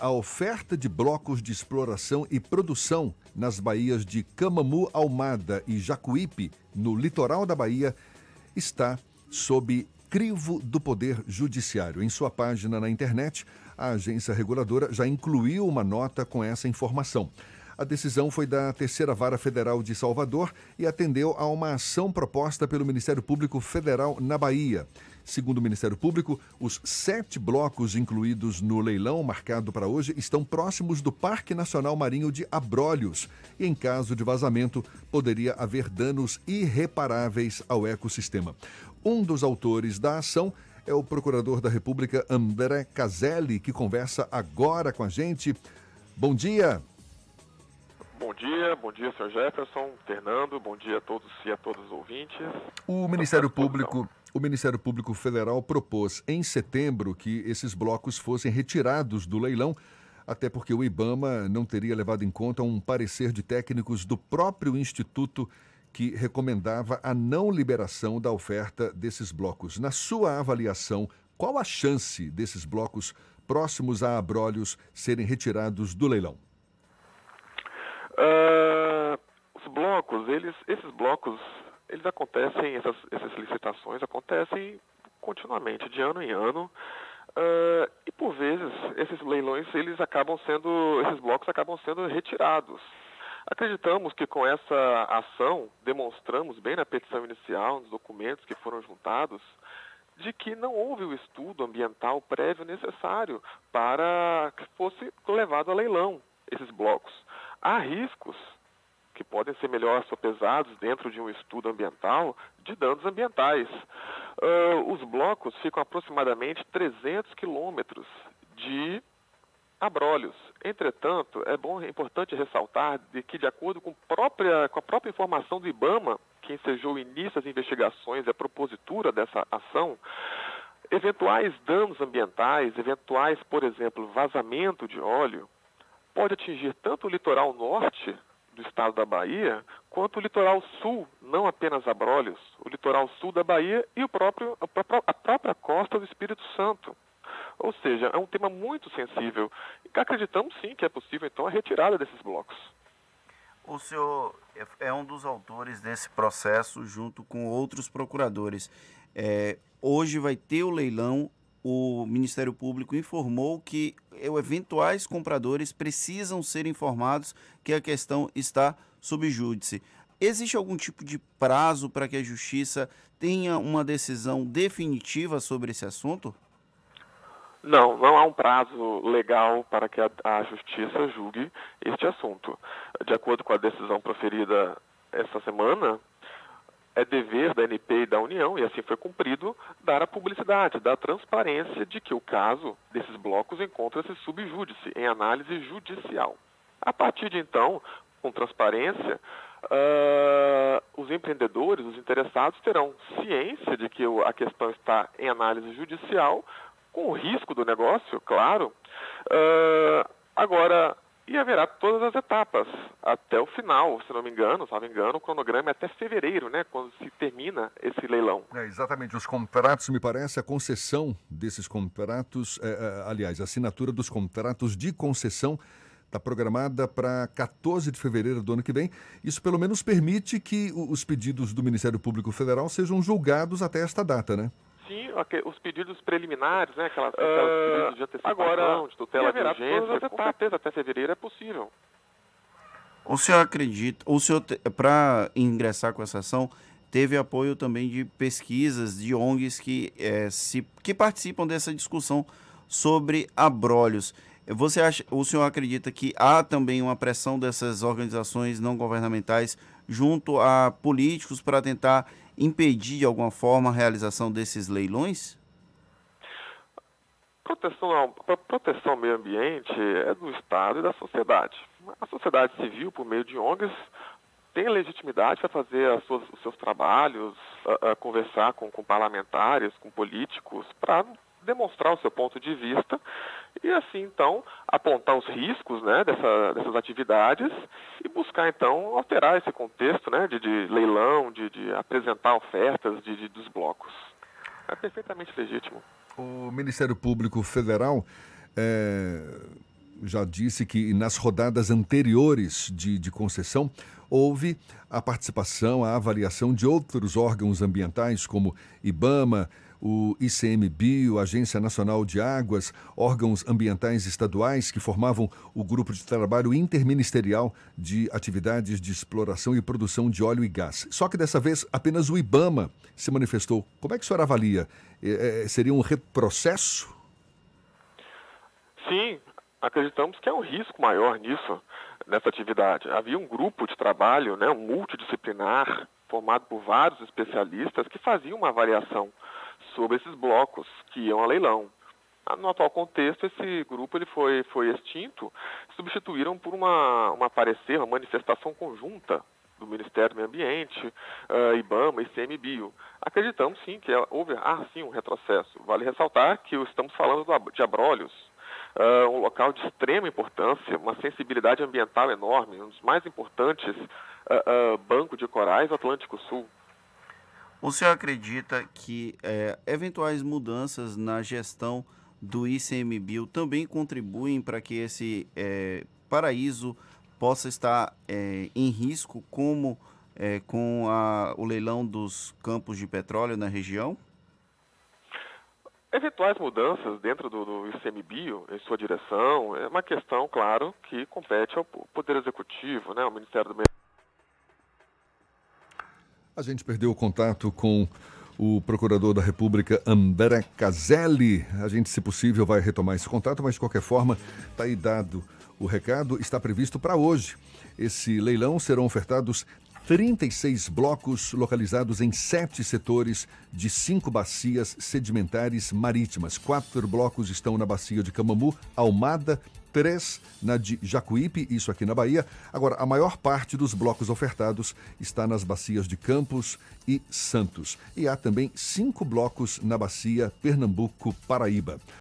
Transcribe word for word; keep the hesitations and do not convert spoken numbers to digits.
a oferta de blocos de exploração e produção nas baías de Camamu, Almada e Jacuípe, no litoral da Bahia, está sob crivo do Poder Judiciário. Em sua página na internet, a agência reguladora já incluiu uma nota com essa informação. A decisão foi da Terceira Vara Federal de Salvador e atendeu a uma ação proposta pelo Ministério Público Federal na Bahia. Segundo o Ministério Público, os sete blocos incluídos no leilão marcado para hoje estão próximos do Parque Nacional Marinho de Abrolhos e, em caso de vazamento, poderia haver danos irreparáveis ao ecossistema. Um dos autores da ação é o Procurador da República, André Caselli, que conversa agora com a gente. Bom dia! Bom dia, bom dia, senhor Jefferson, Fernando, bom dia a todos e a todos os ouvintes. O Ministério Público, o Ministério Público Federal propôs em setembro que esses blocos fossem retirados do leilão, até porque o IBAMA não teria levado em conta um parecer de técnicos do próprio Instituto que recomendava a não liberação da oferta desses blocos. Na sua avaliação, qual a chance desses blocos próximos a Abrolhos serem retirados do leilão? Uh, os blocos, eles, esses blocos, eles acontecem, essas, essas licitações acontecem continuamente, de ano em ano, uh, e por vezes esses leilões, eles acabam sendo, esses blocos acabam sendo retirados. Acreditamos que com essa ação, demonstramos bem na petição inicial, nos documentos que foram juntados, de que não houve o estudo ambiental prévio necessário para que fosse levado a leilão esses blocos. Há riscos que podem ser melhor sopesados dentro de um estudo ambiental de danos ambientais. Uh, os blocos ficam a aproximadamente trezentos quilômetros de Abrolhos. Entretanto, é bom, é importante ressaltar de que, de acordo com, própria, com a própria informação do IBAMA, que ensejou o início das investigações e a propositura dessa ação, eventuais danos ambientais, eventuais, por exemplo, vazamento de óleo, pode atingir tanto o litoral norte do estado da Bahia, quanto o litoral sul, não apenas Abrolhos, o litoral sul da Bahia e o próprio, a própria costa do Espírito Santo. Ou seja, é um tema muito sensível e acreditamos sim que é possível então a retirada desses blocos. O senhor é um dos autores desse processo junto com outros procuradores. É, hoje vai ter o leilão. O Ministério Público informou que eventuais compradores precisam ser informados que a questão está sob júdice. Existe algum tipo de prazo para que a Justiça tenha uma decisão definitiva sobre esse assunto? Não, não há um prazo legal para que a, a Justiça julgue este assunto. De acordo com a decisão proferida esta semana, é dever da A N P e da União, e assim foi cumprido, dar a publicidade, dar a transparência de que o caso desses blocos encontra-se sob júdice, em análise judicial. A partir de então, com transparência, uh, os empreendedores, os interessados, terão ciência de que a questão está em análise judicial, com o risco do negócio, claro. Uh, agora... E haverá todas as etapas, até o final, se não me engano, se não me engano, o cronograma é até fevereiro, né, quando se termina esse leilão. É, exatamente, os contratos, me parece, a concessão desses contratos, é, é, aliás, a assinatura dos contratos de concessão está programada para quatorze de fevereiro do ano que vem. Isso pelo menos permite que os pedidos do Ministério Público Federal sejam julgados até esta data, né? Sim, os pedidos preliminares, né, aquelas, aquelas uh, pedidos de antecipação, agora, de tutela de urgência, com certeza até fevereiro é possível. O senhor acredita, o senhor, para ingressar com essa ação, teve apoio também de pesquisas de O N Gs que, é, se, que participam dessa discussão sobre Abrolhos. Você acha, o senhor acredita que há também uma pressão dessas organizações não governamentais junto a políticos para tentar impedir de alguma forma a realização desses leilões? Proteção, proteção ao meio ambiente é do Estado e da sociedade. A sociedade civil, por meio de O N Gs, tem legitimidade para fazer as suas, os seus trabalhos, a, a conversar com, com parlamentares, com políticos, para demonstrar o seu ponto de vista e assim, então, apontar os riscos, né, dessa, dessas atividades e buscar, então, alterar esse contexto, né, de, de leilão, de, de apresentar ofertas de, de, dos blocos. É perfeitamente legítimo. O Ministério Público Federal é, já disse que nas rodadas anteriores de, de concessão houve a participação, a avaliação de outros órgãos ambientais, como IBAMA, o I C M B I O, Agência Nacional de Águas, órgãos ambientais estaduais que formavam o grupo de trabalho interministerial de atividades de exploração e produção de óleo e gás. Só que dessa vez apenas o IBAMA se manifestou. Como é que o senhor avalia? É, seria um retrocesso? Sim, acreditamos que é um risco maior nisso, nessa atividade. Havia um grupo de trabalho, né, um multidisciplinar, formado por vários especialistas que faziam uma avaliação sobre esses blocos que iam a leilão. No atual contexto, esse grupo ele foi, foi extinto, substituíram por uma, uma parecer, uma manifestação conjunta do Ministério do Meio Ambiente, uh, IBAMA e I C M B I O. Acreditamos sim que houve ah, sim, um retrocesso. Vale ressaltar que estamos falando do, de Abrolhos, uh, um local de extrema importância, uma sensibilidade ambiental enorme, um dos mais importantes uh, uh, bancos de corais do Atlântico Sul. O senhor acredita que é, eventuais mudanças na gestão do I C M B I O também contribuem para que esse é, paraíso possa estar é, em risco, como é, com a, o leilão dos campos de petróleo na região? Eventuais mudanças dentro do, do I C M B I O, em sua direção, é uma questão, claro, que compete ao Poder Executivo, né, ao Ministério do Meio Ambiente. A gente perdeu o contato com o Procurador da República, André Caselli. A gente, se possível, vai retomar esse contato, mas de qualquer forma, está aí dado o recado, está previsto para hoje. Esse leilão serão ofertados trinta e seis blocos localizados em sete setores de cinco bacias sedimentares marítimas. Quatro blocos estão na bacia de Camamu, Almada, três na de Jacuípe, isso aqui na Bahia. Agora, a maior parte dos blocos ofertados está nas bacias de Campos e Santos. E há também cinco blocos na bacia Pernambuco-Paraíba.